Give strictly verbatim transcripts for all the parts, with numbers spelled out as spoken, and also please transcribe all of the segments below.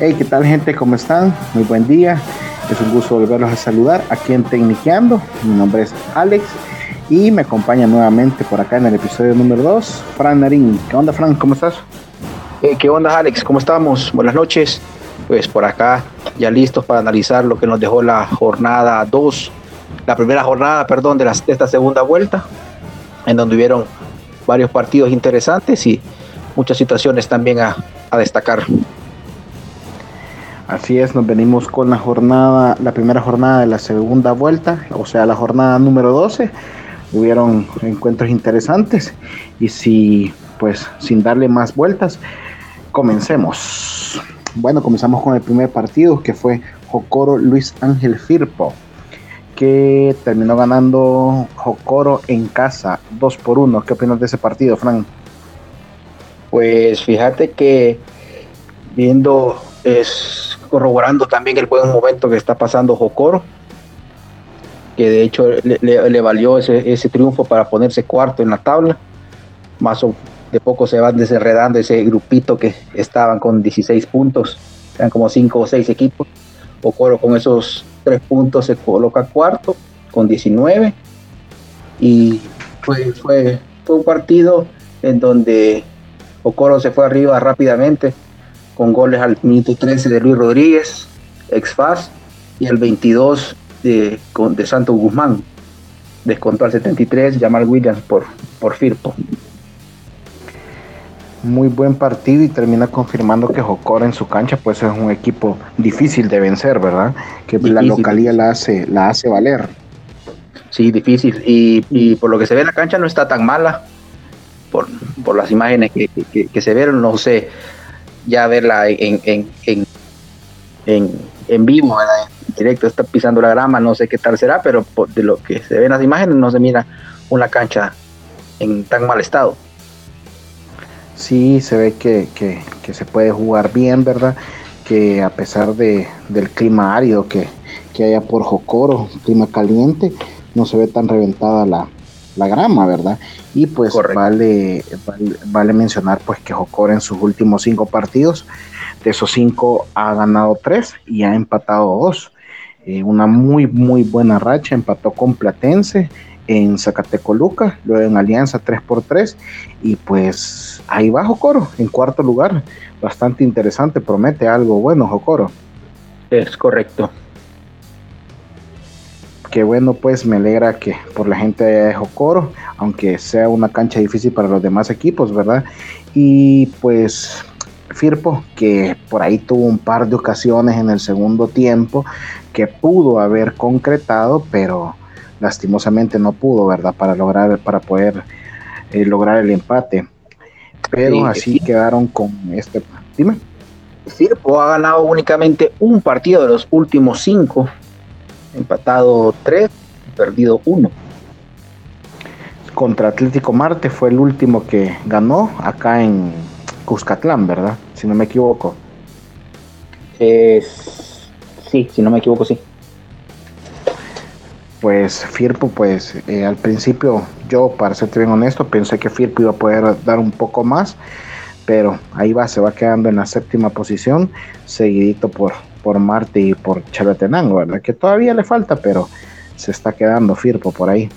Hey, ¿qué tal, gente? ¿Cómo están? Muy buen día. Es un gusto volverlos a saludar aquí en Tecniqueando. Mi nombre es Alex y me acompaña nuevamente por acá en el episodio número dos, Fran Narín. ¿Qué onda, Fran? ¿Cómo estás? Eh, ¿Qué onda, Alex? ¿Cómo estamos? Buenas noches. Pues por acá ya listos para analizar lo que nos dejó la jornada dos, la primera jornada, perdón, de, la, de esta segunda vuelta, en donde hubieron varios partidos interesantes y muchas situaciones también a, a destacar. Así es, nos venimos con la jornada, la primera jornada de la segunda vuelta, o sea, la jornada número doce. Hubieron encuentros interesantes y si, pues, sin darle más vueltas, comencemos. Bueno, comenzamos con el primer partido, que fue Jocoro Luis Ángel Firpo, que terminó ganando Jocoro en casa dos por uno. ¿Qué opinas de ese partido, Fran? Pues fíjate que viendo, es corroborando también el buen momento que está pasando Jocoro, que de hecho le, le, le valió ese, ese triunfo para ponerse cuarto en la tabla. Más o de poco se van desenredando ese grupito que estaban con dieciséis puntos, eran como cinco o seis equipos. Jocoro con esos tres puntos se coloca cuarto con diecinueve, y fue, fue, fue un partido en donde Jocoro se fue arriba rápidamente con goles al minuto trece de Luis Rodríguez, ex F A S, y al veintidós de, de Santos Guzmán. Descontó al setenta y tres Jamal Williams por, por Firpo. Muy buen partido y termina confirmando que Jocoro en su cancha pues es un equipo difícil de vencer, ¿verdad? Que difícil, la localía la hace, la hace valer. Sí, difícil. Y, y por lo que se ve en la cancha no está tan mala. Por, por las imágenes que, que, que se vieron, no sé, ya verla en, en, en, en, en vivo, ¿verdad? En directo, está pisando la grama, no sé qué tal será, pero por, de lo que se ve en las imágenes no se mira una cancha en tan mal estado. Sí, se ve que, que, que se puede jugar bien, ¿verdad? Que a pesar de, del clima árido que, que haya por Jocoro, clima caliente, no se ve tan reventada la, la grama, ¿verdad? Y pues vale, vale, vale mencionar pues que Jocoro en sus últimos cinco partidos, de esos cinco ha ganado tres y ha empatado dos. Eh, una muy, muy buena racha, empató con Platense en Zacatecoluca, luego en Alianza tres por tres, y pues ahí va Jocoro en cuarto lugar, bastante interesante, promete algo bueno Jocoro. Es correcto. Qué bueno, pues me alegra que por la gente de Jocoro, aunque sea una cancha difícil para los demás equipos, ¿verdad? Y pues Firpo, que por ahí tuvo un par de ocasiones en el segundo tiempo que pudo haber concretado, pero lastimosamente no pudo, ¿verdad? Para lograr, para poder eh, lograr el empate. Pero sí, así sí. Quedaron con este. Dime. Firpo ha ganado únicamente un partido de los últimos cinco, empatado tres, perdido uno. Contra Atlético Marte fue el último que ganó acá en Cuscatlán, ¿verdad? Si no me equivoco. Eh, sí, si no me equivoco, sí. Pues Firpo, pues eh, al principio yo, para serte bien honesto, pensé que Firpo iba a poder dar un poco más, pero ahí va, se va quedando en la séptima posición, seguidito por, por Marte y por Chalatenango, ¿verdad? Que todavía le falta, pero se está quedando Firpo por ahí.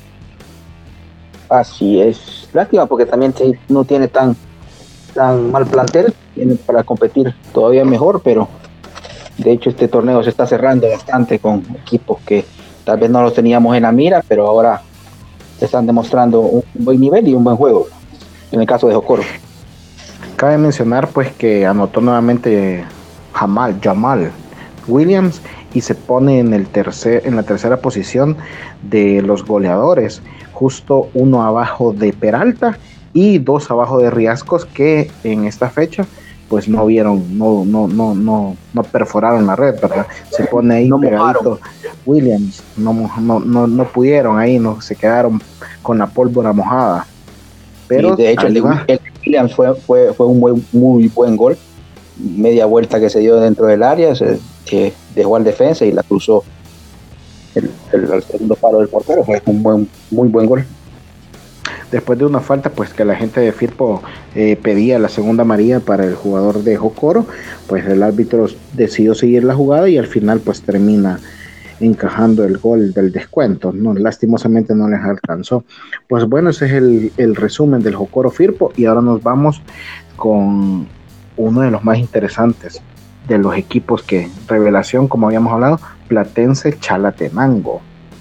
Así es, lástima porque también no tiene tan, tan mal plantel, tiene para competir todavía mejor, pero de hecho este torneo se está cerrando bastante con equipos que tal vez no los teníamos en la mira, pero ahora están demostrando un buen nivel y un buen juego, en el caso de Jocoro. Cabe mencionar pues que anotó nuevamente Jamal, Jamal Williams y se pone en, el tercer, en la tercera posición de los goleadores, justo uno abajo de Peralta y dos abajo de Riascos, que en esta fecha pues no vieron, no, no, no, no, no perforaron la red, ¿verdad? Se pone ahí no pegadito Williams, no, no, no, no pudieron ahí, no se quedaron con la pólvora mojada. Pero sí, de hecho el de, el de Williams fue, fue, fue un muy, muy buen gol, media vuelta que se dio dentro del área, se eh, dejó al defensa y la cruzó el, el, el segundo palo del portero, fue un buen, muy buen gol. después de una falta, pues que la gente de Firpo eh, pedía la segunda amarilla para el jugador de Jocoro, pues el árbitro decidió seguir la jugada y al final pues termina encajando el gol del descuento, no, lastimosamente no les alcanzó. Pues bueno, ese es el, el resumen del Jocoro Firpo y ahora nos vamos con uno de los más interesantes de los equipos que, revelación, como habíamos hablado, Platense Chalatenango.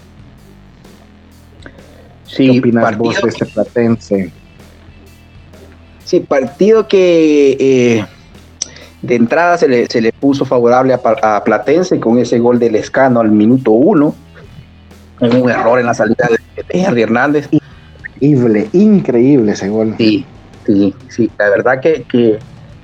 Sí, ¿qué opinas vos de este Platense? Sí, partido que eh, de entrada se le, se le puso favorable a, a Platense con ese gol del Lescano al minuto uno, un error en la salida de, de Henry Hernández. Increíble, increíble ese gol. Sí, sí, sí, la verdad que, que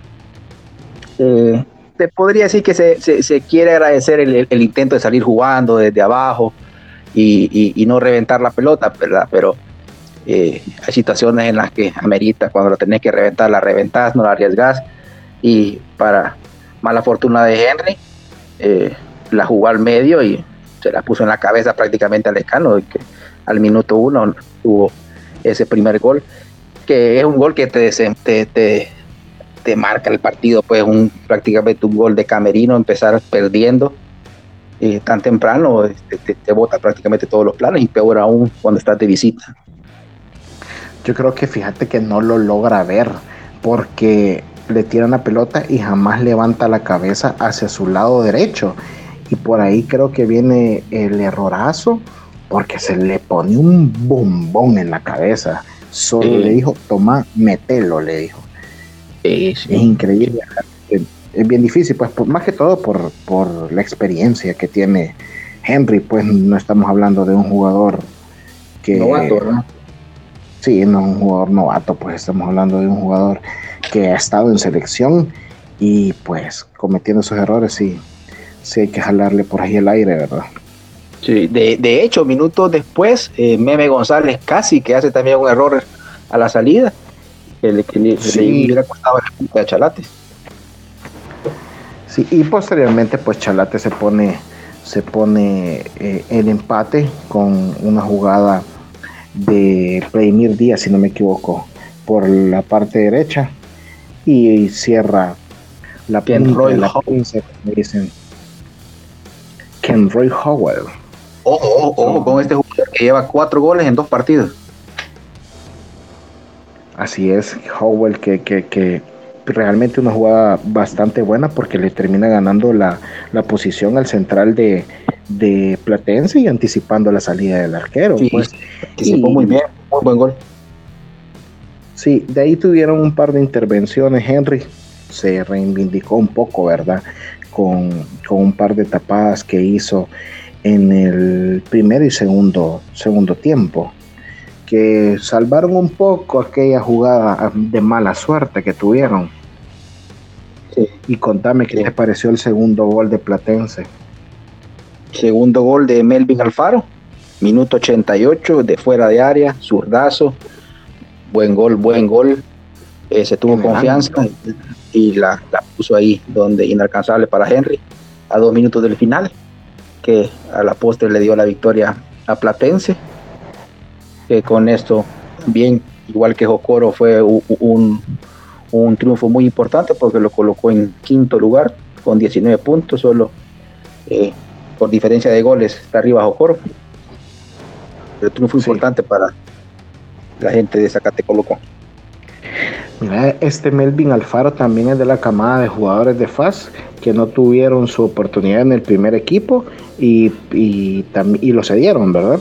eh, te podría decir que se, se, se quiere agradecer el, el, el intento de salir jugando desde abajo y, y, y no reventar la pelota, ¿verdad? Pero eh, hay situaciones en las que amerita, cuando la tenés que reventar, la reventás, no la arriesgás, y para mala fortuna de Henry, eh, la jugó al medio y se la puso en la cabeza prácticamente al Lescano, que al minuto uno tuvo ese primer gol, que es un gol que te, te, te, te marca el partido, pues un, prácticamente un gol de camerino, empezar perdiendo eh, tan temprano, te, te, te bota prácticamente todos los planes, y peor aún cuando estás de visita. Yo creo que fíjate que no lo logra ver, porque le tiran la pelota y jamás levanta la cabeza hacia su lado derecho, y por ahí creo que viene el errorazo, porque se le pone un bombón en la cabeza. Solo sí. Le dijo, toma, metelo, le dijo. Sí, sí. Es increíble, es bien difícil, pues por, más que todo por, por la experiencia que tiene Henry, pues no estamos hablando de un jugador que... Novato, ¿no? Sí, no un jugador novato, pues estamos hablando de un jugador que ha estado en selección y pues cometiendo esos errores, sí, sí hay que jalarle por ahí el aire, ¿verdad? Sí, de, de hecho, minutos después, eh, Meme González casi que hace también un error a la salida, que le, que le, sí. le hubiera costado la punta de Chalate. Sí, y posteriormente pues Chalate se pone, se pone eh, el empate con una jugada de Vladimir Díaz, si no me equivoco, por la parte derecha, y cierra la punta de la pinza, como dicen, Kenroy Howell. Ojo, ojo, ojo con este jugador que lleva cuatro goles en dos partidos. Así es, Howell que, que, que realmente una jugada bastante buena, porque le termina ganando la, la posición al central de, de Platense y anticipando la salida del arquero. Sí, pues, anticipó y, muy bien, muy buen gol. Sí, de ahí tuvieron un par de intervenciones. Henry se reivindicó un poco, ¿verdad? Con, con un par de tapadas que hizo en el primer y segundo, segundo tiempo, que salvaron un poco aquella jugada de mala suerte que tuvieron. Sí. Y contame qué sí. te pareció el segundo gol de Platense. Segundo gol de Melvin Alfaro, minuto ochenta y ocho, de fuera de área, zurdazo, buen gol, buen gol, eh, se tuvo confianza y, y la, la puso ahí donde inalcanzable para Henry, a dos minutos del final, que a la postre le dio la victoria a Platense, que con esto, bien, igual que Jocoro, fue un, un, un triunfo muy importante, porque lo colocó en quinto lugar con diecinueve puntos, solo eh, por diferencia de goles está arriba Jocoro. El triunfo sí. importante para la gente de Zacatecoluco. Mira, este Melvin Alfaro también es de la camada de jugadores de F A S que no tuvieron su oportunidad en el primer equipo y, y, y lo cedieron, ¿verdad?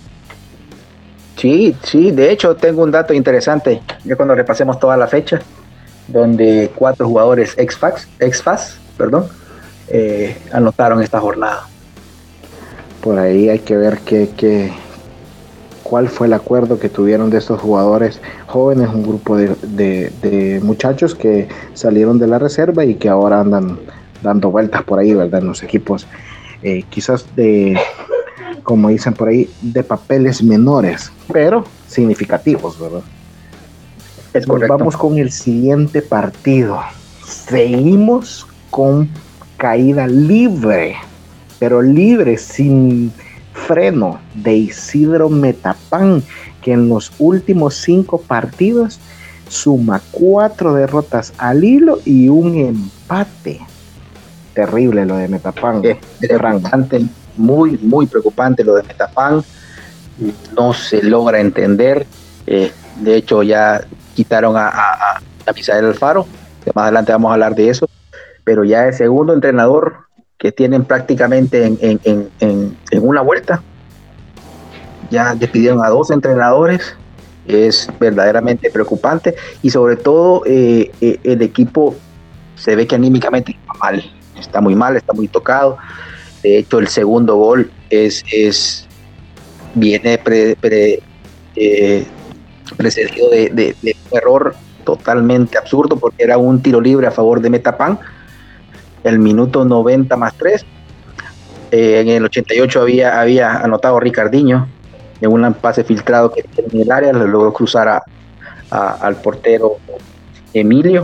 Sí, sí, de hecho tengo un dato interesante, ya cuando repasemos toda la fecha, donde cuatro jugadores ex-F A S, ex-F A S, perdón, eh, anotaron esta jornada. Por ahí hay que ver qué, qué, cuál fue el acuerdo que tuvieron de estos jugadores jóvenes, un grupo de, de, de muchachos que salieron de la reserva y que ahora andan dando vueltas por ahí, ¿verdad? En los equipos, eh, quizás de, como dicen por ahí, de papeles menores, pero significativos, ¿verdad? Es correcto. Nos vamos con el siguiente partido. Seguimos con caída libre, pero libre, sin freno, de Isidro Metapán, que en los últimos cinco partidos suma cuatro derrotas al hilo y un empate. Terrible lo de Metapan. Es preocupante, muy, muy preocupante lo de Metapan. No se logra entender. Eh, de hecho, ya quitaron a, a, a Misael Alfaro, que más adelante vamos a hablar de eso, pero ya el segundo entrenador que tienen prácticamente en, en, en, en, en una vuelta. Ya despidieron a dos entrenadores. Es verdaderamente preocupante y sobre todo eh, eh, el equipo se ve que anímicamente está mal, está muy mal, está muy tocado. De hecho, el segundo gol es, es viene pre, pre, eh, precedido de, de, de un error totalmente absurdo, porque era un tiro libre a favor de Metapan, el minuto noventa más tres. Eh, en el ochenta y ocho había, había anotado Ricardinho en un pase filtrado que en el área, lo logró cruzar a, a, al portero Emilio.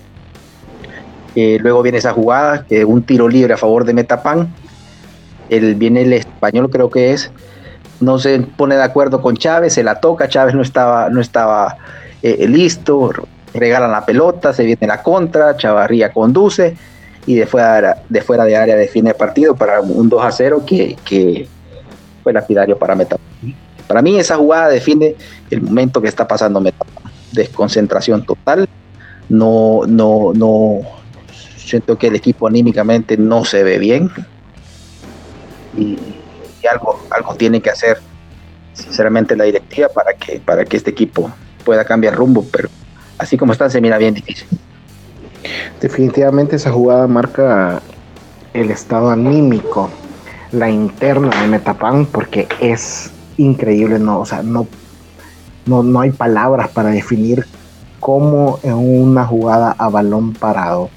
Eh, luego viene esa jugada, que un tiro libre a favor de Metapan. El, viene el español, creo que es, no se pone de acuerdo con Chávez, se la toca, Chávez no estaba, no estaba eh, listo, regalan la pelota, se viene la contra, Chavarría conduce y de fuera de, fuera de área define el partido para un dos a cero que, que fue lapidario para Metapan. Para mí esa jugada define el momento que está pasando Metapan, desconcentración total, no, no, no, siento que el equipo anímicamente no se ve bien y, y algo, algo tiene que hacer sinceramente la directiva para que, para que este equipo pueda cambiar rumbo, pero así como está se mira bien difícil. Definitivamente esa jugada marca el estado anímico, la interna de Metapan, porque es increíble, no, o sea, no, no, no hay palabras para definir cómo en una jugada a balón parado,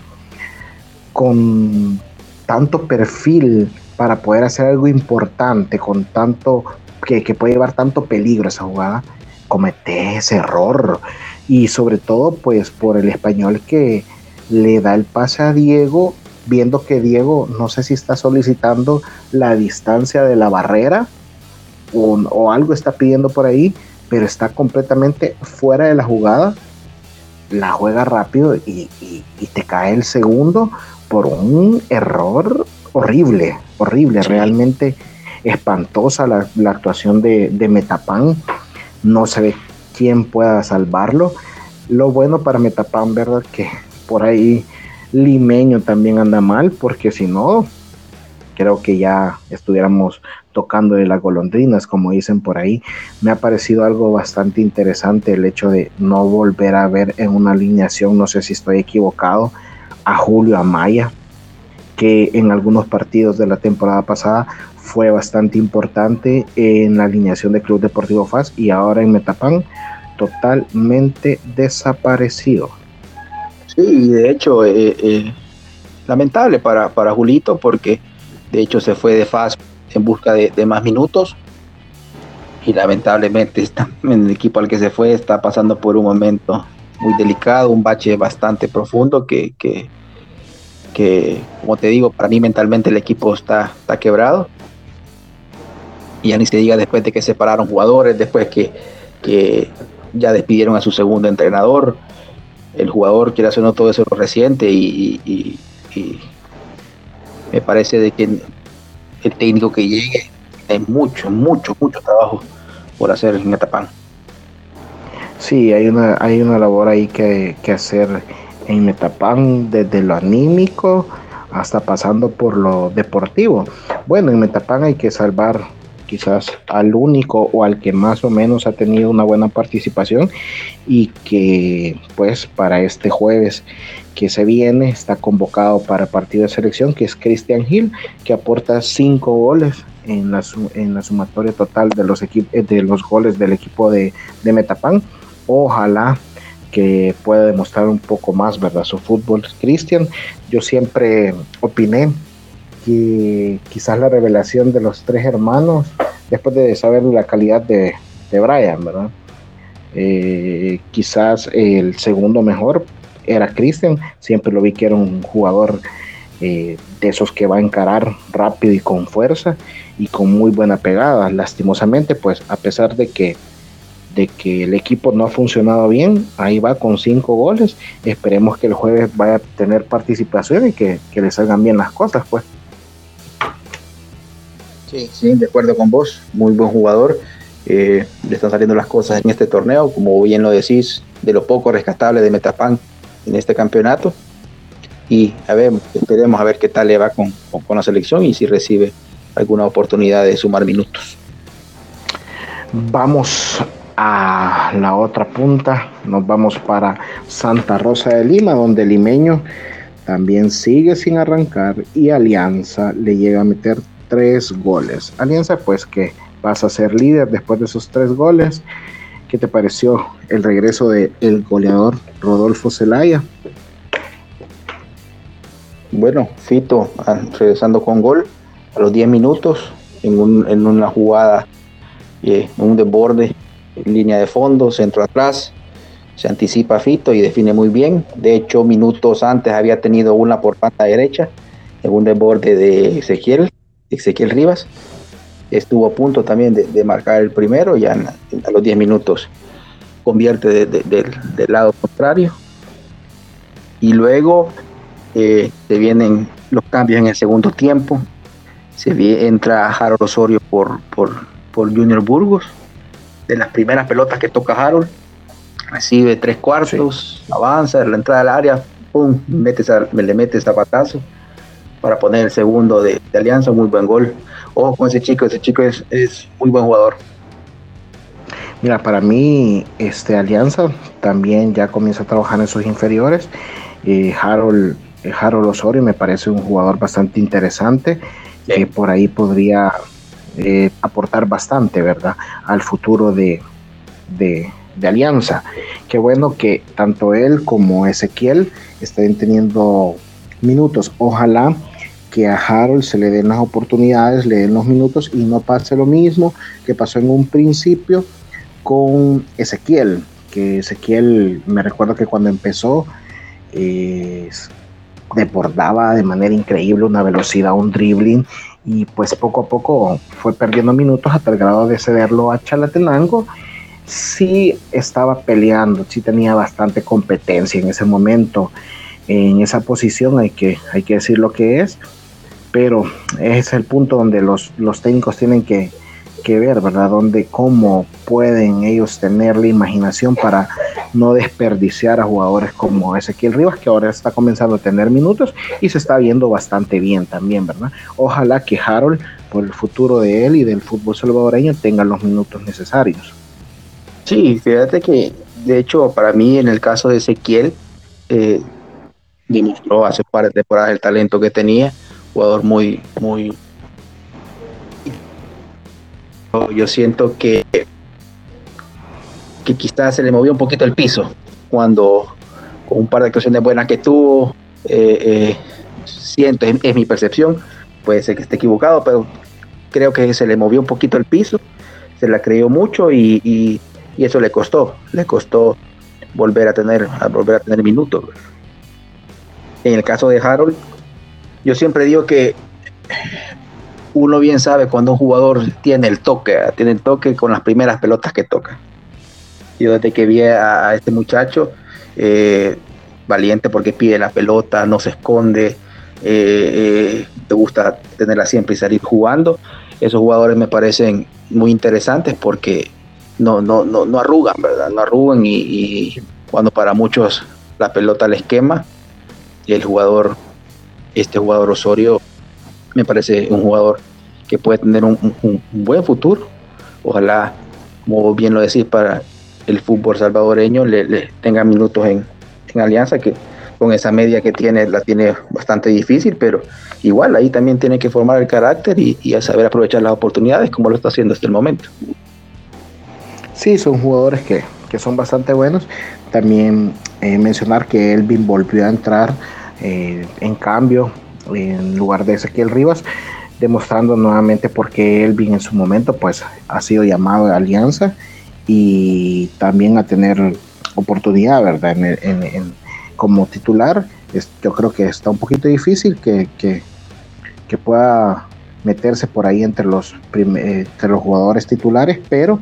con tanto perfil para poder hacer algo importante, con tanto que, que puede llevar tanto peligro esa jugada, comete ese error. Y sobre todo pues por el español que le da el pase a Diego, viendo que Diego no sé si está solicitando la distancia de la barrera o, o algo está pidiendo por ahí, pero está completamente fuera de la jugada, la juega rápido y, y, y te cae el segundo por un error horrible, horrible, sí. Realmente espantosa la, la actuación de, de Metapan, no se ve quién pueda salvarlo. Lo bueno para Metapan, verdad, que por ahí Limeño también anda mal, porque si no, creo que ya estuviéramos tocando de las golondrinas, como dicen por ahí. Me ha parecido algo bastante interesante el hecho de no volver a ver en una alineación, no sé si estoy equivocado, a Julio Amaya, que en algunos partidos de la temporada pasada fue bastante importante en la alineación de Club Deportivo F A S, y ahora en Metapan totalmente desaparecido. Sí, de hecho, eh, eh, lamentable para, para Julito, porque de hecho se fue de F A S en busca de, de más minutos, y lamentablemente está, en el equipo al que se fue está pasando por un momento muy delicado, un bache bastante profundo que, que, que como te digo, para mí mentalmente el equipo está, está quebrado, y ya ni se diga después de que separaron jugadores, después que, que ya despidieron a su segundo entrenador. El jugador quiere hacer todo eso reciente y, y, y me parece de que el técnico que llegue hay mucho, mucho, mucho trabajo por hacer en Metapan. Sí, hay una, hay una labor ahí que, que hacer en Metapan, desde lo anímico hasta pasando por lo deportivo. Bueno, en Metapan hay que salvar quizás al único o al que más o menos ha tenido una buena participación, y que pues para este jueves que se viene está convocado para partido de selección, que es Cristian Gil, que aporta cinco goles en la, en la sumatoria total de los, equip- de los goles del equipo de, de Metapan. Ojalá que pueda demostrar un poco más, ¿verdad?, su fútbol Cristian. Yo siempre opiné que quizás la revelación de los tres hermanos, después de saber la calidad de, de Brian, ¿verdad? Eh, quizás el segundo mejor era Cristian. Siempre lo vi que era un jugador eh, de esos que va a encarar rápido y con fuerza y con muy buena pegada. Lastimosamente, pues a pesar de que de que el equipo no ha funcionado bien. Ahí va con cinco goles. Esperemos que el jueves vaya a tener participación y que, que le salgan bien las cosas, pues. Sí, sí, de acuerdo con vos. Muy buen jugador. Eh, le están saliendo las cosas en este torneo, como bien lo decís, de lo poco rescatable de Metapan en este campeonato. Y a ver, esperemos a ver qué tal le va con, con, con la selección y si recibe alguna oportunidad de sumar minutos. Vamos a la otra punta, nos vamos para Santa Rosa de Lima, donde Limeño también sigue sin arrancar y Alianza le llega a meter tres goles. Alianza pues que pasa a ser líder después de esos tres goles. ¿Qué te pareció el regreso del goleador Rodolfo Zelaya? Bueno, Fito regresando con gol a los diez minutos en, un, en una jugada, eh, un desborde, línea de fondo, centro atrás, se anticipa Fito y define muy bien. De hecho, minutos antes había tenido una por pata derecha en un desborde de Ezequiel, Ezequiel Rivas. Estuvo a punto también de, de marcar el primero, ya en, a los diez minutos convierte de, de, de, del lado contrario. Y luego eh, se vienen los cambios en el segundo tiempo. Se vi, entra Harold Osorio por, por, por Junior Burgos. De las primeras pelotas que toca Harold, recibe tres cuartos, sí. Avanza, la entrada al área, pum, mete, le mete zapatazo para poner el segundo de, de Alianza. Muy buen gol. Ojo con ese chico, ese chico es, es muy buen jugador. Mira, para mí, este Alianza también ya comienza a trabajar en sus inferiores. Eh, Harold, eh, Harold Osorio me parece un jugador bastante interesante, sí. Que por ahí podría eh, aportar bastante, ¿verdad?, al futuro de, de, de Alianza. Qué bueno que tanto él como Ezequiel estén teniendo minutos. Ojalá que a Harold se le den las oportunidades, le den los minutos y no pase lo mismo que pasó en un principio con Ezequiel, que Ezequiel me recuerdo que cuando empezó eh, desbordaba de manera increíble, una velocidad, un dribbling, y pues poco a poco fue perdiendo minutos hasta el grado de cederlo a Chalatenango. Sí estaba peleando, sí tenía bastante competencia en ese momento en esa posición, hay que, hay que decir lo que es, pero ese es el punto donde los, los técnicos tienen que, que ver, ¿verdad? Donde cómo pueden ellos tener la imaginación para no desperdiciar a jugadores como Ezequiel Rivas, que ahora está comenzando a tener minutos y se está viendo bastante bien también, ¿verdad? Ojalá que Harold, por el futuro de él y del fútbol salvadoreño, tenga los minutos necesarios. Sí, fíjate que de hecho para mí en el caso de Ezequiel eh, demostró hace par de temporadas el talento que tenía, jugador muy, muy... Yo siento que que quizás se le movió un poquito el piso cuando con un par de actuaciones buenas que tuvo, eh, eh, siento, es, es mi percepción, puede ser que esté equivocado, pero creo que se le movió un poquito el piso, se la creyó mucho y, y, y eso le costó, le costó volver a tener, a volver a tener minutos. En el caso de Harold, yo siempre digo que uno bien sabe cuando un jugador tiene el toque, tiene el toque con las primeras pelotas que toca. Yo desde que vi a, a este muchacho, eh, valiente porque pide la pelota, no se esconde, eh, eh, te gusta tenerla siempre y salir jugando. Esos jugadores me parecen muy interesantes porque no, no, no, no arrugan, ¿verdad? No arrugan y, y cuando para muchos la pelota les quema, el jugador, este jugador Osorio, me parece un jugador que puede tener un, un, un buen futuro. Ojalá, como bien lo decís, para el fútbol salvadoreño le, le tenga minutos en, en Alianza, que con esa media que tiene la tiene bastante difícil, pero igual ahí también tiene que formar el carácter y, y a saber aprovechar las oportunidades como lo está haciendo hasta el momento. Sí, son jugadores que, que son bastante buenos. También eh, mencionar que Elvin volvió a entrar eh, en cambio en lugar de Ezequiel Rivas, demostrando nuevamente por qué Elvin en su momento pues ha sido llamado de Alianza y también a tener oportunidad, ¿verdad? En, en, en, como titular. Es, yo creo que está un poquito difícil que, que, que pueda meterse por ahí entre los, prim- entre los jugadores titulares, pero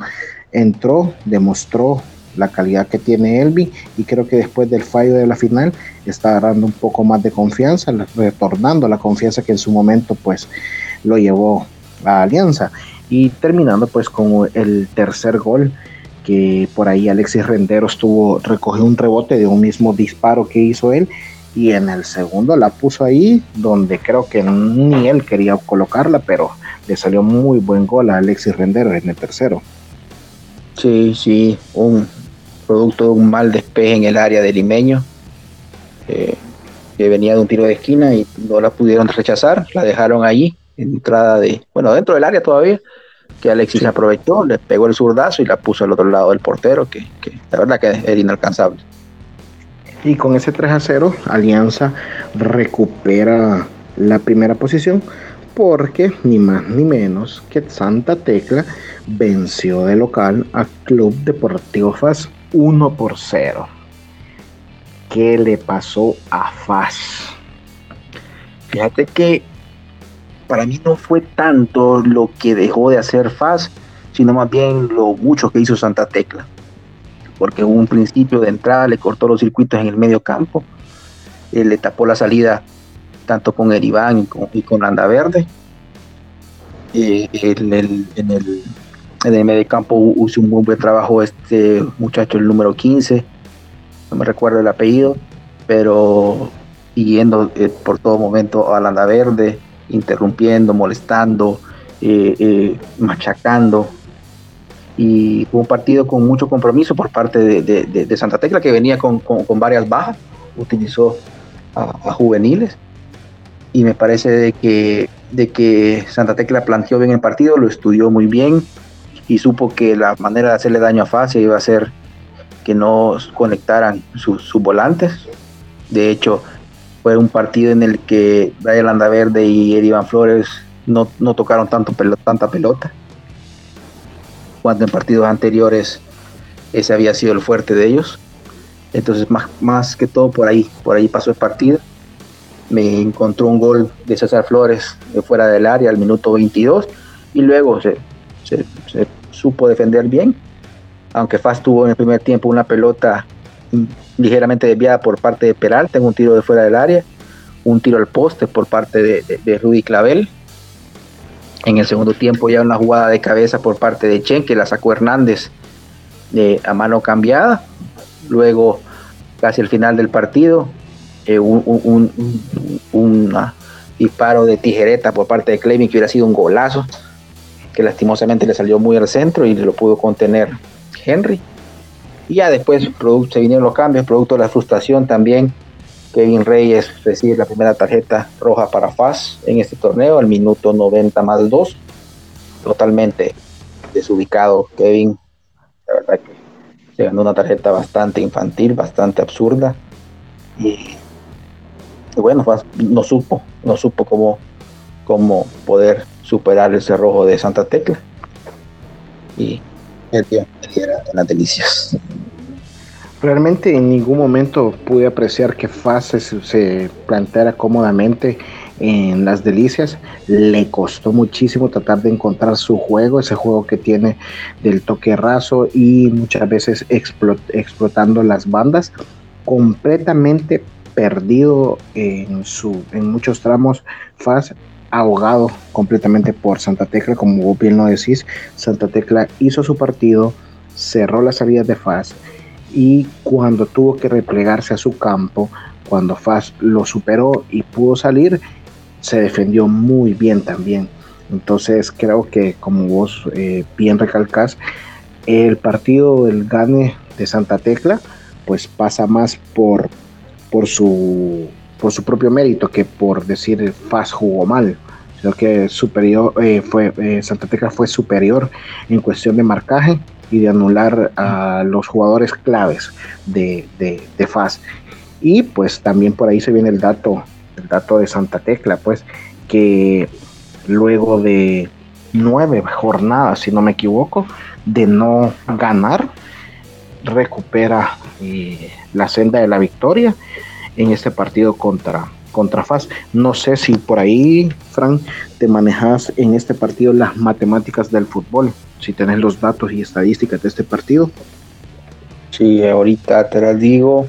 entró, demostró la calidad que tiene Elvi, y creo que después del fallo de la final está agarrando un poco más de confianza, retornando la confianza que en su momento pues lo llevó a Alianza. Y terminando pues con el tercer gol, que por ahí Alexis Renderos tuvo, recogió un rebote de un mismo disparo que hizo él, y en el segundo la puso ahí donde creo que ni él quería colocarla, pero le salió muy buen gol a Alexis Renderos en el tercero. Sí, sí, un producto de un mal despeje en el área del limeño, eh, que venía de un tiro de esquina y no la pudieron rechazar, la dejaron allí, entrada de, bueno, dentro del área todavía, que Alexis sí aprovechó, le pegó el zurdazo y la puso al otro lado del portero, que, que la verdad que era inalcanzable. Y con ese tres a cero, Alianza recupera la primera posición, porque ni más ni menos que Santa Tecla venció de local a Club Deportivo F A S uno por cero. ¿Qué le pasó a F A S? Fíjate que para mí no fue tanto lo que dejó de hacer F A S, sino más bien lo mucho que hizo Santa Tecla, porque en un principio de entrada le cortó los circuitos en el medio campo, eh, le tapó la salida tanto con el Iván y con, y con Landaverde. Eh, en, el, en, el, en el medio campo hizo un muy buen trabajo este muchacho, el número quince, no me recuerdo el apellido, pero siguiendo eh, por todo momento a Landaverde, interrumpiendo, molestando, eh, eh, machacando. Y fue un partido con mucho compromiso por parte de, de, de, de Santa Tecla, que venía con, con, con varias bajas, utilizó a, a juveniles, y me parece de que, de que Santa Tecla planteó bien el partido, lo estudió muy bien y supo que la manera de hacerle daño a F A S iba a ser que no conectaran sus, sus volantes. De hecho, fue un partido en el que Brian Landaverde y Iván Flores no, no tocaron tanto pelota, tanta pelota, cuando en partidos anteriores ese había sido el fuerte de ellos. Entonces más, más que todo por ahí, por ahí pasó el partido. Me encontró un gol de César Flores de fuera del área al minuto veintidós, y luego se, se, se supo defender bien, aunque F A S tuvo en el primer tiempo una pelota ligeramente desviada por parte de Peralta en un tiro de fuera del área, un tiro al poste por parte de, de, de Rudy Clavel. En el segundo tiempo ya una jugada de cabeza por parte de Chen, que la sacó Hernández eh, a mano cambiada. Luego, casi al final del partido, eh, un, un, un, un uh, disparo de tijereta por parte de Clevin, que hubiera sido un golazo, que lastimosamente le salió muy al centro y lo pudo contener Henry. Y ya después producto, se vinieron los cambios, producto de la frustración también. Kevin Reyes recibe la primera tarjeta roja para F A S en este torneo, al minuto noventa más dos. Totalmente desubicado Kevin. La verdad que se ganó una tarjeta bastante infantil, bastante absurda. Y, y bueno, F A S no supo, no supo cómo, cómo poder superar ese rojo de Santa Tecla. Y el día era en las delicias. Realmente en ningún momento pude apreciar que F A S se, se planteara cómodamente en las delicias. Le costó muchísimo tratar de encontrar su juego, ese juego que tiene del toque raso y muchas veces explot, explotando las bandas. Completamente perdido en, su, en muchos tramos F A S, ahogado completamente por Santa Tecla, como vos bien lo decís. Santa Tecla hizo su partido, cerró las salidas de F A S, y cuando tuvo que replegarse a su campo, cuando F A S lo superó y pudo salir, se defendió muy bien también. Entonces creo que, como vos eh, bien recalcás, el partido del gane de Santa Tecla pues pasa más por, por, su, por su propio mérito que por decir F A S jugó mal. Creo que superior, eh, fue, eh, Santa Tecla fue superior en cuestión de marcaje y de anular a los jugadores claves de, de, de F A S. Y pues también por ahí se viene el dato, el dato de Santa Tecla, pues que luego de nueve jornadas, si no me equivoco, de no ganar, recupera eh, la senda de la victoria en este partido contra, contra F A S. No sé si por ahí, Fran, te manejas en este partido las matemáticas del fútbol. si tenés los datos y estadísticas de este partido. Sí, ahorita te las digo.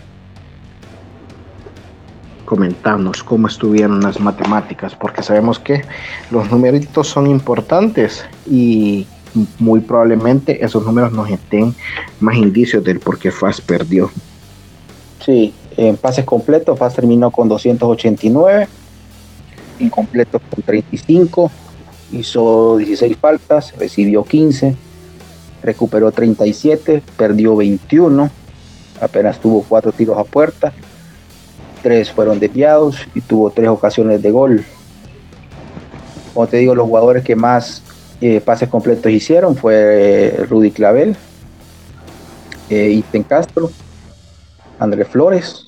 Comentanos cómo estuvieron las matemáticas, porque sabemos que los numeritos son importantes y muy probablemente esos números nos den más indicios del por qué F A S perdió. Sí, en pases completos, F A S terminó con doscientos ochenta y nueve, incompletos con treinta y cinco, hizo dieciséis faltas, recibió quince, recuperó treinta y siete, perdió veintiuno, apenas tuvo cuatro tiros a puerta, tres fueron desviados y tuvo tres ocasiones de gol. Como te digo, los jugadores que más eh, pases completos hicieron fue eh, Rudy Clavel, eh, Iten Castro, Andrés Flores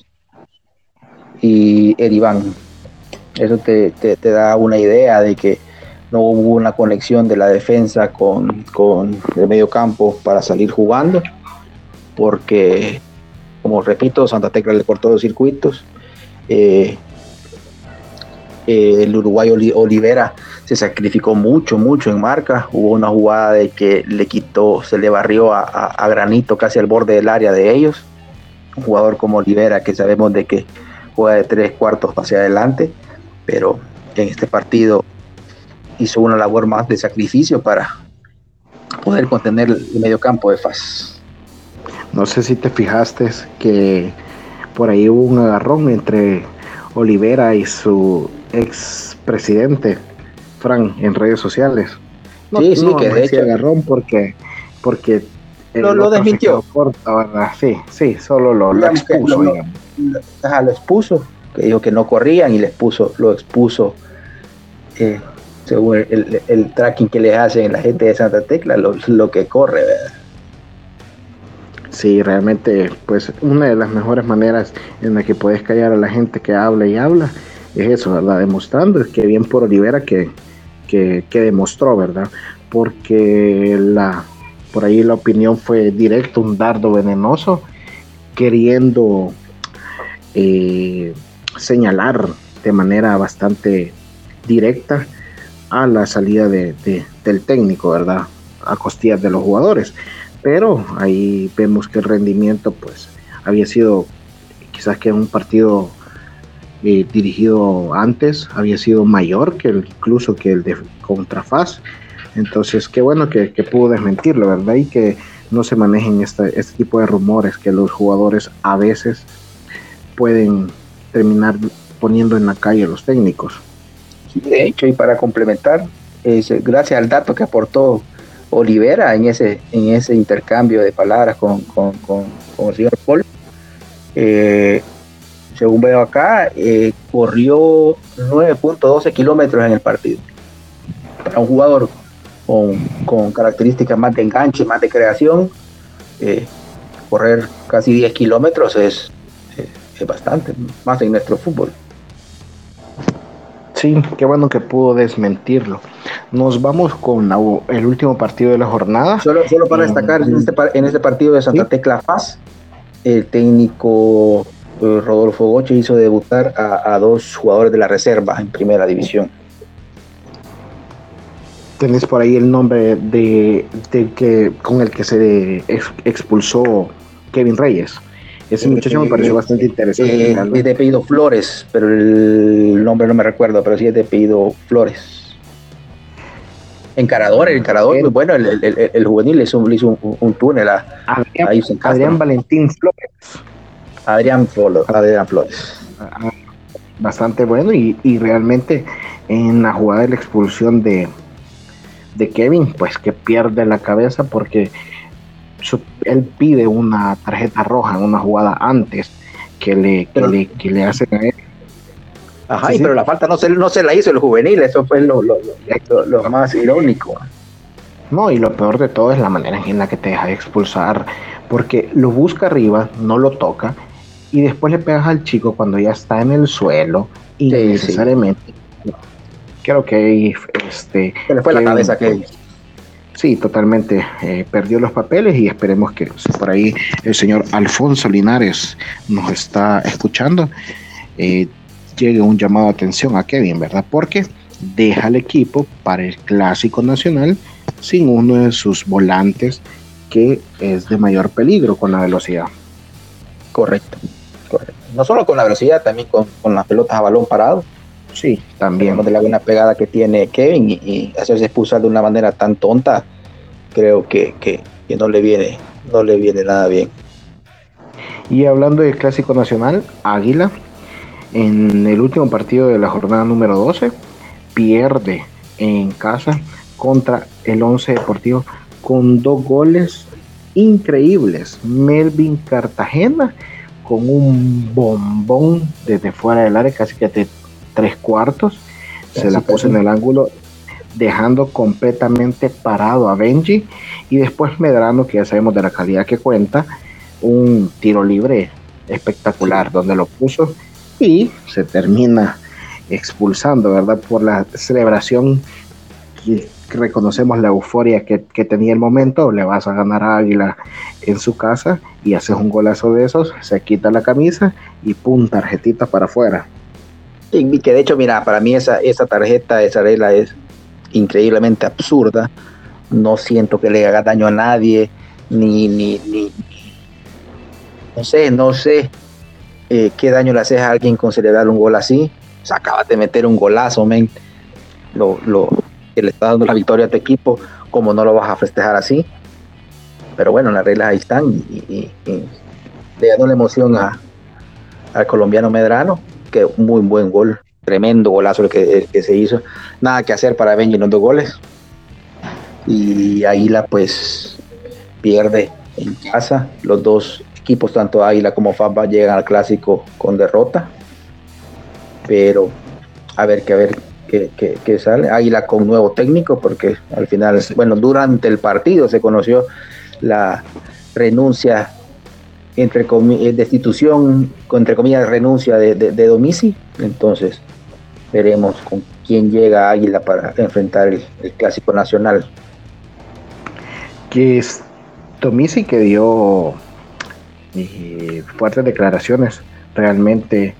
y Eriván. Eso te, te, te da una idea de que no hubo una conexión de la defensa con, con el medio campo para salir jugando, porque, como repito, Santa Tecla le cortó los circuitos. Eh, eh, el uruguayo Olivera se sacrificó mucho, mucho en marca. Hubo una jugada de que le quitó, se le barrió a, a, a Granito casi al borde del área de ellos. Un jugador como Olivera, que sabemos de que juega de tres cuartos hacia adelante, pero en este partido hizo una labor más de sacrificio para poder contener el medio campo de F A S. No sé si te fijaste que por ahí hubo un agarrón entre Olivera y su ex presidente Fran en redes sociales. No, sí, sí, no, que de hecho agarrón porque porque lo, lo desmintió. Corto, ¿verdad? Sí, sí, solo lo, lo expuso, lo, lo, ajá, lo expuso, que dijo que no corrían y les puso, lo expuso eh, según el, el, el tracking que les hacen la gente de Santa Tecla, lo, lo que corre, ¿verdad? Sí, realmente, pues una de las mejores maneras en la que puedes callar a la gente que habla y habla es eso, ¿verdad? Demostrando, que bien por Olivera que, que, que demostró, ¿verdad? Porque la por ahí la opinión fue directa, un dardo venenoso, queriendo eh, señalar de manera bastante directa a la salida de, de, del técnico, ¿verdad? A costillas de los jugadores. Pero ahí vemos que el rendimiento pues había sido, quizás que en un partido eh, dirigido antes, había sido mayor que el, incluso que el de contra F A S. Entonces qué bueno que, que pudo desmentirlo, ¿verdad? Y que no se manejen este, este tipo de rumores que los jugadores a veces pueden terminar poniendo en la calle a los técnicos. De hecho, y para complementar, es, gracias al dato que aportó Olivera en ese, en ese intercambio de palabras con, con, con, con el señor Paul, eh, según veo acá, eh, corrió nueve punto doce kilómetros en el partido. Para un jugador con, con características más de enganche, más de creación, eh, correr casi diez kilómetros es, es, es bastante, más en nuestro fútbol. Sí, qué bueno que pudo desmentirlo. Nos vamos con la, el último partido de la jornada. Solo, solo para destacar, en este, en este partido de Santa ¿Sí? Tecla F A S, el técnico eh, Rodolfo Goche hizo debutar a, a dos jugadores de la reserva en primera división. Tenés por ahí el nombre de, de que con el que se ex, expulsó Kevin Reyes. Ese muchacho me pareció bastante interesante. Eh, es de apellido Flores, pero el nombre no me recuerdo, pero sí es de apellido Flores. Encarador, el encarador, muy bueno, el, el, el, el juvenil le hizo, le hizo un, un túnel a, Adrián, a Adrián Valentín Flores. Adrián Flores. Adrián Flores. Bastante bueno y, y realmente en la jugada de la expulsión de, de Kevin, pues que pierde la cabeza porque su, él pide una tarjeta roja en una jugada antes que le, que le, que le hacen a él. Ajá, sí, pero sí. La falta no se, no se la hizo el juvenil, eso fue lo, lo, lo, lo más irónico. No, y lo peor de todo es la manera en la que te deja de expulsar, porque lo busca arriba, no lo toca, y después le pegas al chico cuando ya está en el suelo, y sí, necesariamente sí. Creo que este se le fue que, la cabeza que sí, totalmente eh, perdió los papeles, y esperemos que si por ahí el señor Alfonso Linares nos está escuchando, eh, llegue un llamado de atención a Kevin, ¿verdad? Porque deja el equipo para el Clásico Nacional sin uno de sus volantes que es de mayor peligro con la velocidad. Correcto, correcto. No solo con la velocidad, también con, con las pelotas a balón parado. Sí, también. De la buena pegada que tiene Kevin y, y hacerse expulsar de una manera tan tonta, creo que, que, que no le viene, no le viene nada bien. Y hablando del Clásico Nacional, Águila, en el último partido de la jornada número doce, pierde en casa contra el Once Deportivo con dos goles increíbles. Melvin Cartagena con un bombón desde fuera del área, casi que de tres cuartos, se la puso en el ángulo, dejando completamente parado a Benji, y después Medrano, que ya sabemos de la calidad que cuenta, un tiro libre espectacular, sí, donde lo puso y se termina expulsando, ¿verdad? Por la celebración que reconocemos la euforia que, que tenía el momento. Le vas a ganar a Águila en su casa y haces un golazo de esos, se quita la camisa y pum, tarjetita para afuera. Y que de hecho, mira, para mí esa, esa tarjeta, esa regla es increíblemente absurda. No siento que le haga daño a nadie, ni, ni, ni no sé, no sé eh, qué daño le haces a alguien con celebrar un gol así. O sea, acabas de meter un golazo, men. Lo, lo, que le está dando la victoria a tu equipo, como no lo vas a festejar así. Pero bueno, las reglas ahí están, y, y, y le dando la emoción a, al colombiano Medrano, que un muy buen gol, tremendo golazo el que, el que se hizo. Nada que hacer para Benji en los dos goles. Y Águila pues pierde en casa. Los dos equipos, tanto Águila como F A B, llegan al clásico con derrota. Pero a ver que a ver qué, qué, qué sale. Águila con nuevo técnico, porque al final, bueno, durante el partido se conoció la renuncia, entre comillas, destitución, entre comillas, renuncia de, de, de Domínguez. Entonces veremos con quién llega Águila para enfrentar el, el Clásico Nacional. Que es Domínguez, que dio eh, fuertes declaraciones realmente,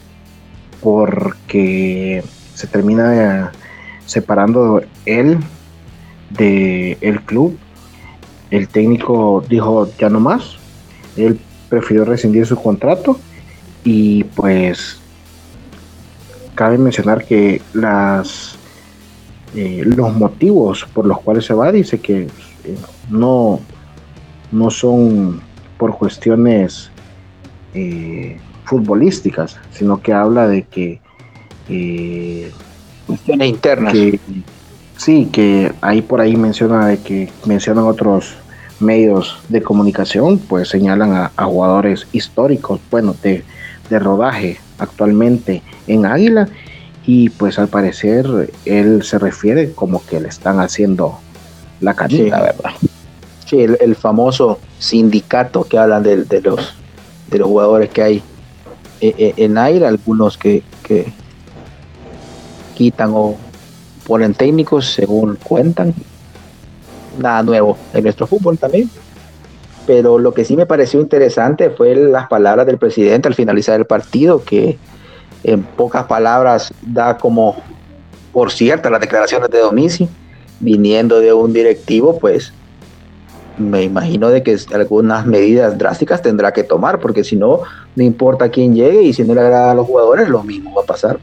porque se termina separando él de el club. El técnico dijo ya no más, él prefirió rescindir su contrato, y pues cabe mencionar que las eh, los motivos por los cuales se va, dice que eh, no no son por cuestiones eh, futbolísticas, sino que habla de que eh, cuestiones internas. Que, sí, que ahí por ahí menciona de que mencionan otros medios de comunicación, pues señalan a, a jugadores históricos, bueno, de, de rodaje actualmente en Águila, y pues al parecer él se refiere como que le están haciendo la canita, sí, ¿verdad? Sí, el, el famoso sindicato que hablan de, de los de los jugadores que hay en, en Águila, algunos que, que quitan o ponen técnicos según cuentan. Nada nuevo en nuestro fútbol también, pero lo que sí me pareció interesante fue las palabras del presidente al finalizar el partido, que en pocas palabras da como por cierta las declaraciones de Domínguez, viniendo de un directivo. Pues me imagino de que algunas medidas drásticas tendrá que tomar, porque si no, no importa quién llegue, y si no le agrada a los jugadores, lo mismo va a pasar.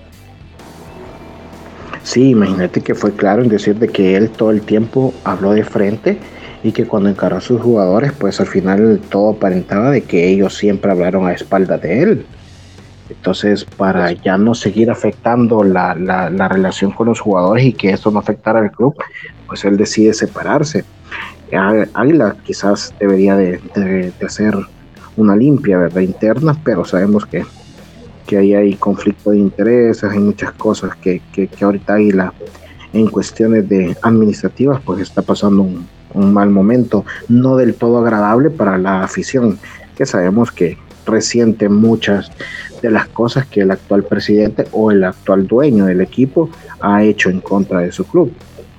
Sí, imagínate que fue claro en decir de que él todo el tiempo habló de frente, y que cuando encaró a sus jugadores, pues al final todo aparentaba de que ellos siempre hablaron a espaldas de él. Entonces, para ya no seguir afectando la, la, la relación con los jugadores y que esto no afectara al club, pues él decide separarse. Águila quizás debería de, de, de hacer una limpia, ¿verdad?, interna, pero sabemos que que ahí hay conflicto de intereses, hay muchas cosas que, que, que ahorita Águila, en cuestiones de administrativas, pues está pasando un, un mal momento, no del todo agradable para la afición, que sabemos que resiente muchas de las cosas que el actual presidente o el actual dueño del equipo ha hecho en contra de su club.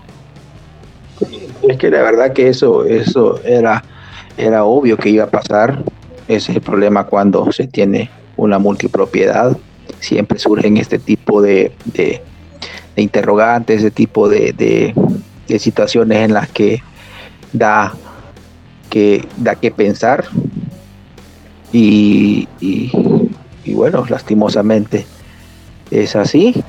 Es que la verdad que eso, eso era, era obvio que iba a pasar. Ese es el problema cuando se tiene una multipropiedad. Siempre surgen este tipo de, de, de interrogantes, ese tipo de, de, de situaciones en las que da que da que pensar y, y, y bueno, lastimosamente es así,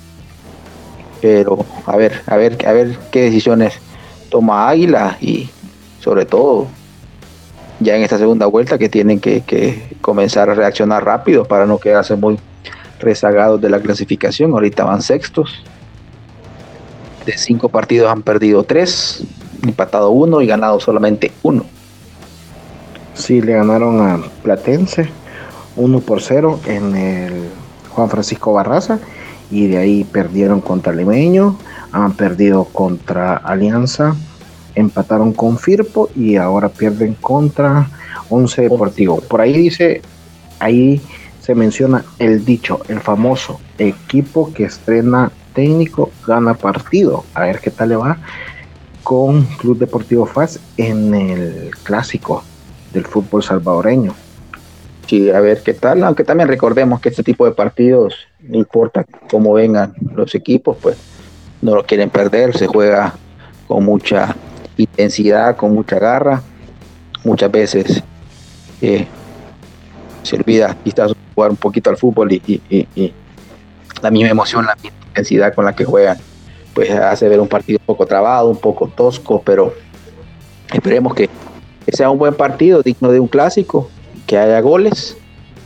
pero a ver, a ver, a ver qué decisiones toma Águila y sobre todo ya en esta segunda vuelta que tienen que, que comenzar a reaccionar rápido para no quedarse muy rezagados de la clasificación. Ahorita van sextos, de cinco partidos han perdido tres, empatado uno y ganado solamente uno. Sí, le ganaron a Platense uno por cero en el Juan Francisco Barraza, y de ahí perdieron contra Limeño, han perdido contra Alianza, empataron con Firpo y ahora pierden contra Once Deportivo. Por ahí dice, ahí se menciona el dicho, el famoso equipo que estrena técnico gana partido. A ver qué tal le va con Club Deportivo F A S en el clásico del fútbol salvadoreño. Sí, a ver qué tal, aunque también recordemos que este tipo de partidos, no importa cómo vengan los equipos, pues no lo quieren perder, se juega con mucha intensidad, con mucha garra, muchas veces eh, se olvida quizás jugar un poquito al fútbol y, y, y, y la misma emoción, la misma intensidad con la que juegan, pues hace ver un partido un poco trabado, un poco tosco, pero esperemos que, que sea un buen partido, digno de un clásico, que haya goles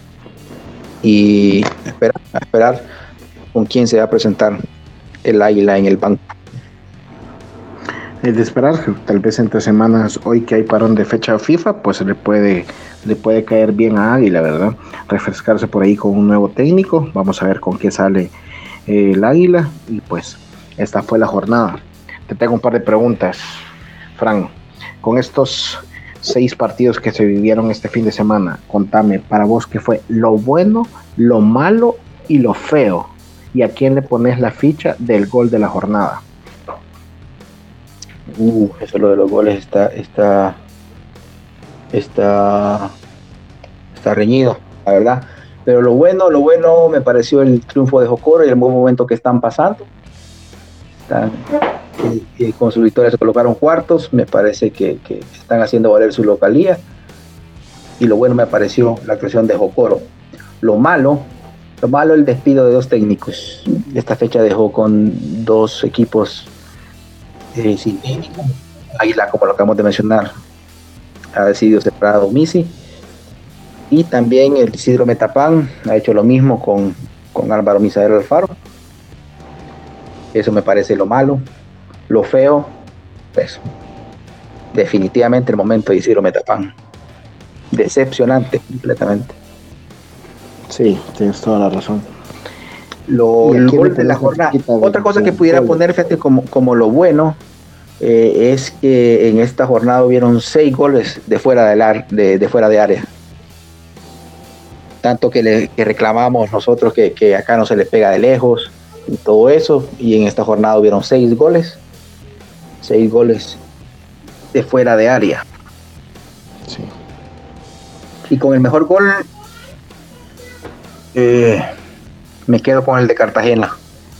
y esperar, esperar con quién se va a presentar el Águila en el banco. Es de esperar que tal vez entre semanas, hoy que hay parón de fecha FIFA, pues le puede, le puede caer bien a Águila, ¿verdad? Refrescarse por ahí con un nuevo técnico. Vamos a ver con qué sale eh, el Águila. Y pues esta fue la jornada. Te tengo un par de preguntas, Fran. Con estos seis partidos que se vivieron este fin de semana, contame para vos qué fue lo bueno, lo malo y lo feo, y a quién le pones la ficha del gol de la jornada. Uh, eso lo de los goles está está está está reñido, la verdad. Pero lo bueno, lo bueno me pareció el triunfo de Jocoro y el buen momento que están pasando. Están, y, y con su victoria se colocaron cuartos. Me parece que, que están haciendo valer su localía. Y lo bueno me pareció la actuación de Jocoro. Lo malo, lo malo el despido de dos técnicos. Esta fecha dejó con dos equipos eh, sin técnico. Águila, como lo acabamos de mencionar, ha decidido separar a Domisi. Y también el Isidro Metapán ha hecho lo mismo con, con Álvaro Misael Alfaro. Eso me parece lo malo. Lo feo, pues definitivamente el momento de Isidro Metapán. Decepcionante completamente. Sí, tienes toda la razón. Lo, el gol de la jornada. Otra cosa que pudiera poner, fíjate, como, como lo bueno, eh, es que en esta jornada hubieron seis goles de fuera, del ar, de, de fuera de área. Tanto que, le, que reclamamos nosotros que, que acá no se le pega de lejos y todo eso, y en esta jornada hubieron seis goles, seis goles de fuera de área. Sí. Y con el mejor gol eh, me quedo con el de Cartagena.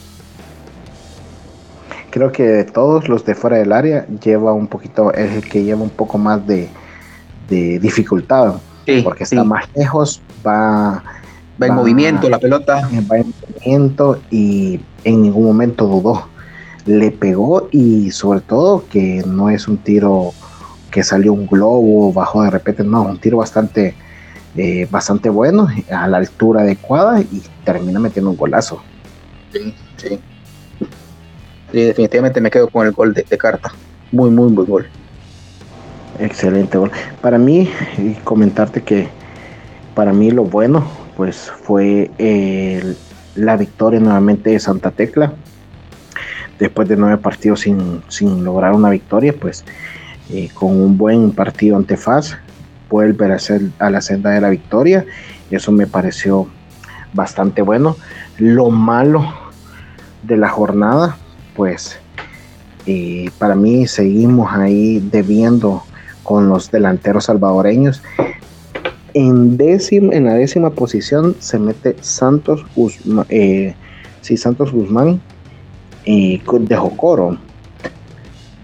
Creo que de todos los de fuera del área lleva un poquito, es el que lleva un poco más de, de dificultad, sí, porque está sí. más lejos, va, va en va, movimiento la pelota, va en movimiento y en ningún momento dudó, le pegó, y sobre todo que no es un tiro que salió un globo, bajó de repente, no, un tiro bastante eh, bastante bueno, a la altura adecuada, y termina metiendo un golazo. Sí, sí. Sí, definitivamente me quedo con el gol de, de Carta. Muy, muy buen gol. Excelente gol. Para mí, y comentarte que para mí lo bueno, pues fue el, la victoria nuevamente de Santa Tecla. Después de nueve partidos sin, sin lograr una victoria, pues eh, con un buen partido ante F A S, vuelve a, ser, a la senda de la victoria. Eso me pareció bastante bueno. Lo malo de la jornada, pues eh, para mí seguimos ahí debiendo con los delanteros salvadoreños. En, décima, en la décima posición se mete Santos Guzmán, eh, sí, Santos Guzmán eh, de Jocoro.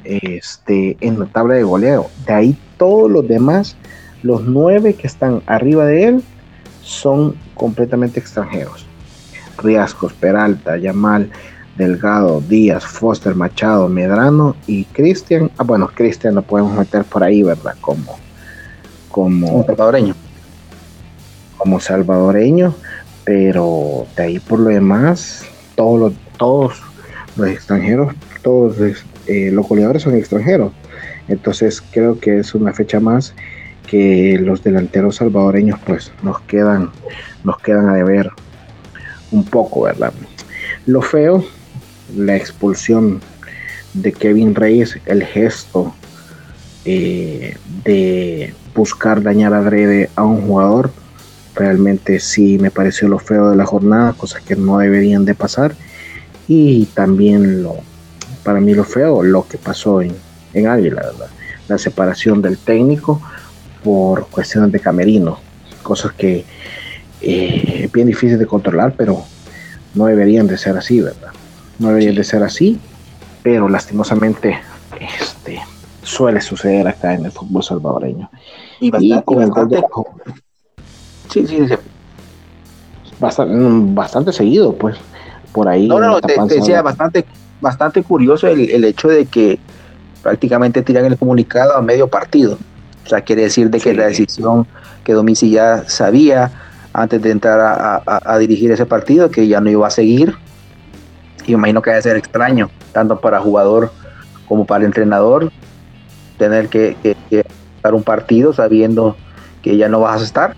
este, en la tabla de goleo. De ahí todos los demás, los nueve que están arriba de él, son completamente extranjeros. Riascos, Peralta, Yamal, Delgado, Díaz, Foster, Machado, Medrano y Cristian. Ah, bueno, Cristian lo podemos meter por ahí, ¿verdad? Como, como salvadoreño. Como salvadoreño, pero de ahí por lo demás, todos los, todos los extranjeros, todos eh, los goleadores son extranjeros. Entonces creo que es una fecha más que los delanteros salvadoreños pues nos quedan, nos quedan a deber un poco, ¿verdad? Lo feo, la expulsión de Kevin Reyes, el gesto eh, de buscar dañar adrede a un jugador, realmente sí me pareció lo feo de la jornada, cosas que no deberían de pasar. Y también lo, para mí lo feo, lo que pasó en, en Águila, ¿verdad? La separación del técnico por cuestiones de camerino, cosas que eh, es bien difícil de controlar, pero no deberían de ser así, ¿verdad? No deberían de ser así, pero lastimosamente este, suele suceder acá en el fútbol salvadoreño. Y bastante, y con el gol de... sí, sí, sí. Bastante, bastante seguido, pues, por ahí. No, no, no, te, te decía, bastante, bastante curioso el, el hecho de que prácticamente tiran el comunicado a medio partido. O sea, quiere decir de que sí, la decisión que Domínguez ya sabía antes de entrar a, a, a dirigir ese partido, que ya no iba a seguir. Y me imagino que debe ser extraño, tanto para jugador como para entrenador, tener que, que, que dar un partido sabiendo que ya no vas a estar.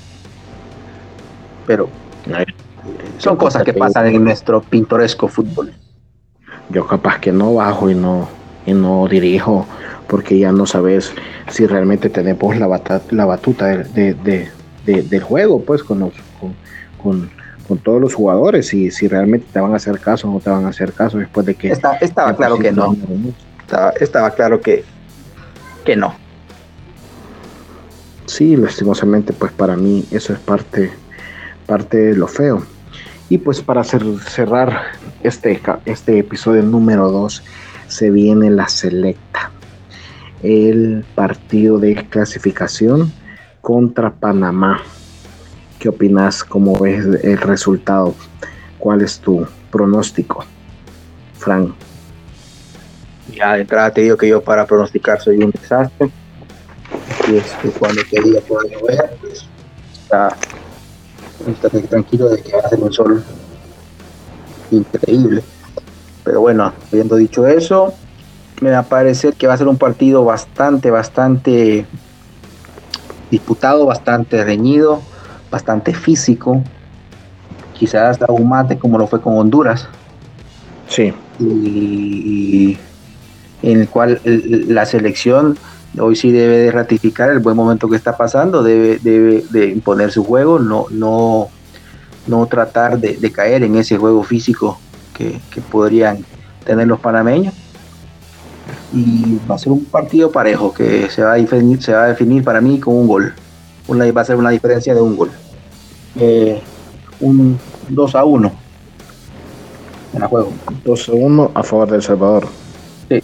Pero son cosas que pasan en nuestro pintoresco fútbol. Yo capaz que no bajo y no, y no dirijo, porque ya no sabes si realmente tenemos la, bata, la batuta de, de, de, de, del juego, pues, con, los, con, con, con todos los jugadores, y si realmente te van a hacer caso o no te van a hacer caso después de que... Está, estaba claro que no. Estaba, estaba claro que, que no. Sí, lastimosamente, pues para mí eso es parte, parte de lo feo. Y pues para cerrar este, este episodio número dos, se viene la selecta. El partido de clasificación contra Panamá. ¿Qué opinas? ¿Cómo ves el resultado? ¿Cuál es tu pronóstico, Frank? Ya de entrada te digo que yo para pronosticar soy un desastre. Y es que cuando te diga puedo llover, pues está, está tranquilo de que va a ser un sol increíble. Pero bueno, habiendo dicho eso, me va a parecer que va a ser un partido bastante, bastante disputado, bastante reñido, bastante físico, quizás hasta un mate como lo fue con Honduras. Sí. Y, y en el cual el, la selección hoy sí debe de ratificar el buen momento que está pasando, debe, debe de imponer su juego, no, no, no tratar de, de caer en ese juego físico que, que podrían tener los panameños. Y va a ser un partido parejo que se va a definir, se va a definir para mí con un gol. Una, va a ser una diferencia de un gol. Eh, un dos a uno en el juego. dos a uno a favor de El Salvador. Sí.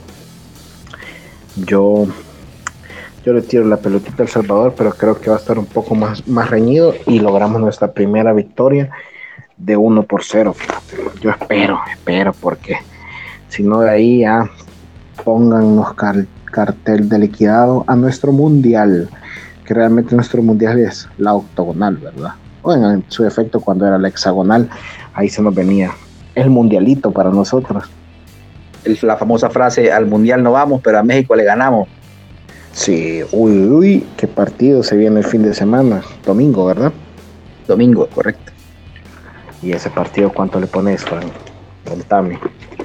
Yo, yo le tiro la pelotita a El Salvador, pero creo que va a estar un poco más, más reñido y logramos nuestra primera victoria de uno por cero. Yo espero, espero, porque si no de ahí ya póngannos car- cartel de liquidado a nuestro mundial, que realmente nuestro mundial es la octogonal, ¿verdad? Bueno, en su efecto cuando era la hexagonal, ahí se nos venía el mundialito para nosotros. El, la famosa frase, al mundial no vamos, pero a México le ganamos. Sí, uy, uy, qué partido se viene el fin de semana, domingo, ¿verdad? Domingo, correcto. ¿Y ese partido cuánto le pones, Frank? Contame.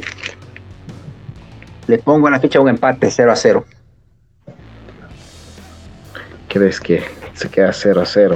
Le pongo en la ficha un empate cero a cero. ¿Crees que se queda cero a cero?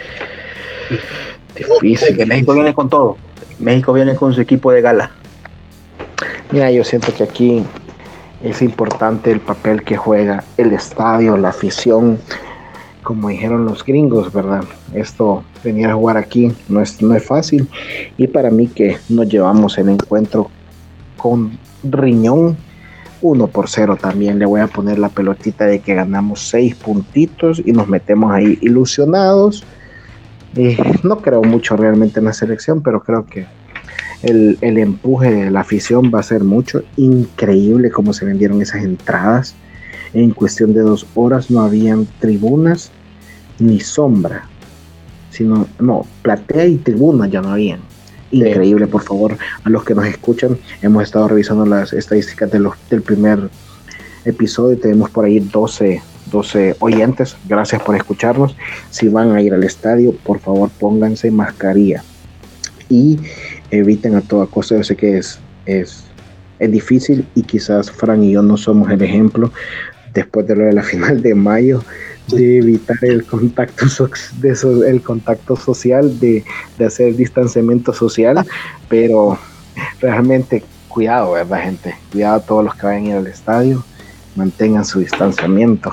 Difícil. Porque México viene con todo. México viene con su equipo de gala. Mira, yo siento que aquí es importante el papel que juega el estadio, la afición, como dijeron los gringos, ¿verdad? Esto, venir a jugar aquí no es, no es fácil, y para mí que nos llevamos el encuentro con riñón, uno por cero también. Le voy a poner la pelotita de que ganamos seis puntitos y nos metemos ahí ilusionados. Eh, no creo mucho realmente en la selección, pero creo que el, el empuje de la afición va a ser mucho. Increíble cómo se vendieron esas entradas. En cuestión de dos horas no habían tribunas ni sombra, sino, no, platea y tribuna ya no habían. Increíble, por favor, a los que nos escuchan, hemos estado revisando las estadísticas de los, del primer episodio, tenemos por ahí doce, doce oyentes, gracias por escucharnos. Si van a ir al estadio, por favor pónganse mascarilla y eviten a toda costa. Yo sé que es, es, es difícil y quizás Fran y yo no somos el ejemplo después de lo de la final de mayo, de evitar el contacto so, de so, el contacto social, de, de hacer distanciamiento social, pero realmente cuidado, ¿verdad, gente? Cuidado a todos los que vayan a ir al estadio, mantengan su distanciamiento.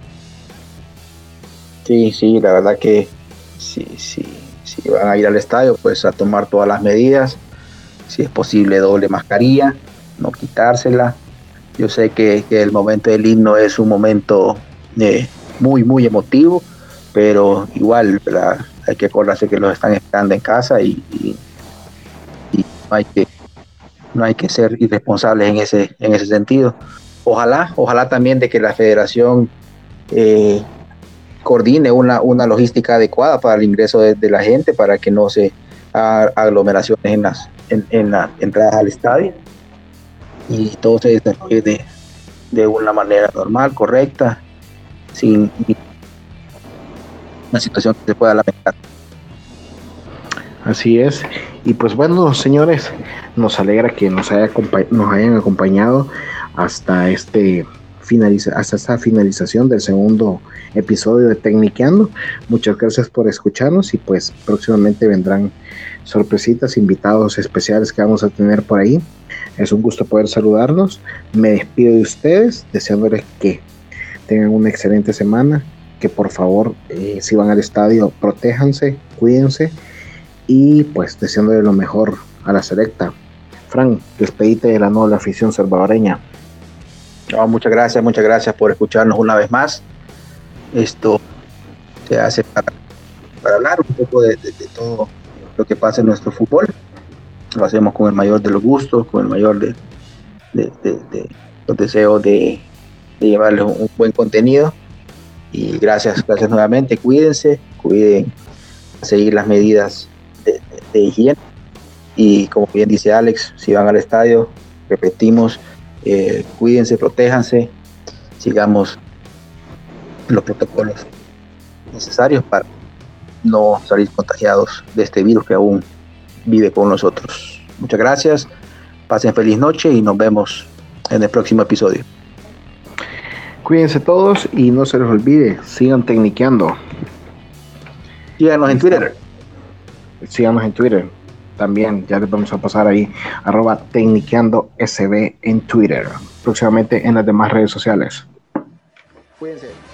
Sí, sí, la verdad que sí, sí, si van a ir al estadio, pues a tomar todas las medidas, si es posible doble mascarilla, no quitársela. Yo sé que, que el momento del himno es un momento eh, muy, muy emotivo, pero igual, ¿verdad? Hay que acordarse que los están esperando en casa y, y, y no hay que no hay que ser irresponsables en ese en ese sentido. Ojalá, ojalá también de que la federación eh, coordine una, una logística adecuada para el ingreso de, de la gente, para que no se hagan aglomeraciones en las en, en las entradas al estadio y todo se desarrolle de, de una manera normal, correcta, sin una situación que se pueda lamentar. Así es. Y pues bueno, señores, nos alegra que nos, haya, nos hayan acompañado hasta este finaliza, hasta esta finalización del segundo episodio de Tecniqueando. Muchas gracias por escucharnos y pues próximamente vendrán sorpresitas, invitados especiales que vamos a tener por ahí. Es un gusto poder saludarlos. Me despido de ustedes, deseándoles que tengan una excelente semana, que por favor, eh, si van al estadio, protéjanse, cuídense y pues deseándole lo mejor a la selecta. Fran, despedite de la noble afición salvadoreña. No, muchas gracias, muchas gracias por escucharnos una vez más. Esto se hace para, para hablar un poco de, de, de todo lo que pasa en nuestro fútbol. Lo hacemos con el mayor de los gustos, con el mayor de, de, de, de los deseos de, de llevarles un, un buen contenido. Y gracias, gracias nuevamente. Cuídense, cuiden, seguir las medidas de, de, de higiene. Y como bien dice Alex, si van al estadio, repetimos, eh, cuídense, protéjanse, sigamos los protocolos necesarios para no salir contagiados de este virus que aún vive con nosotros. Muchas gracias, pasen feliz noche y nos vemos en el próximo episodio. Cuídense todos y no se les olvide, sigan tecniqueando. Síganos en Twitter. Síganos en Twitter. También ya les vamos a pasar ahí, arroba Tecniqueando S B en Twitter. Próximamente en las demás redes sociales. Cuídense.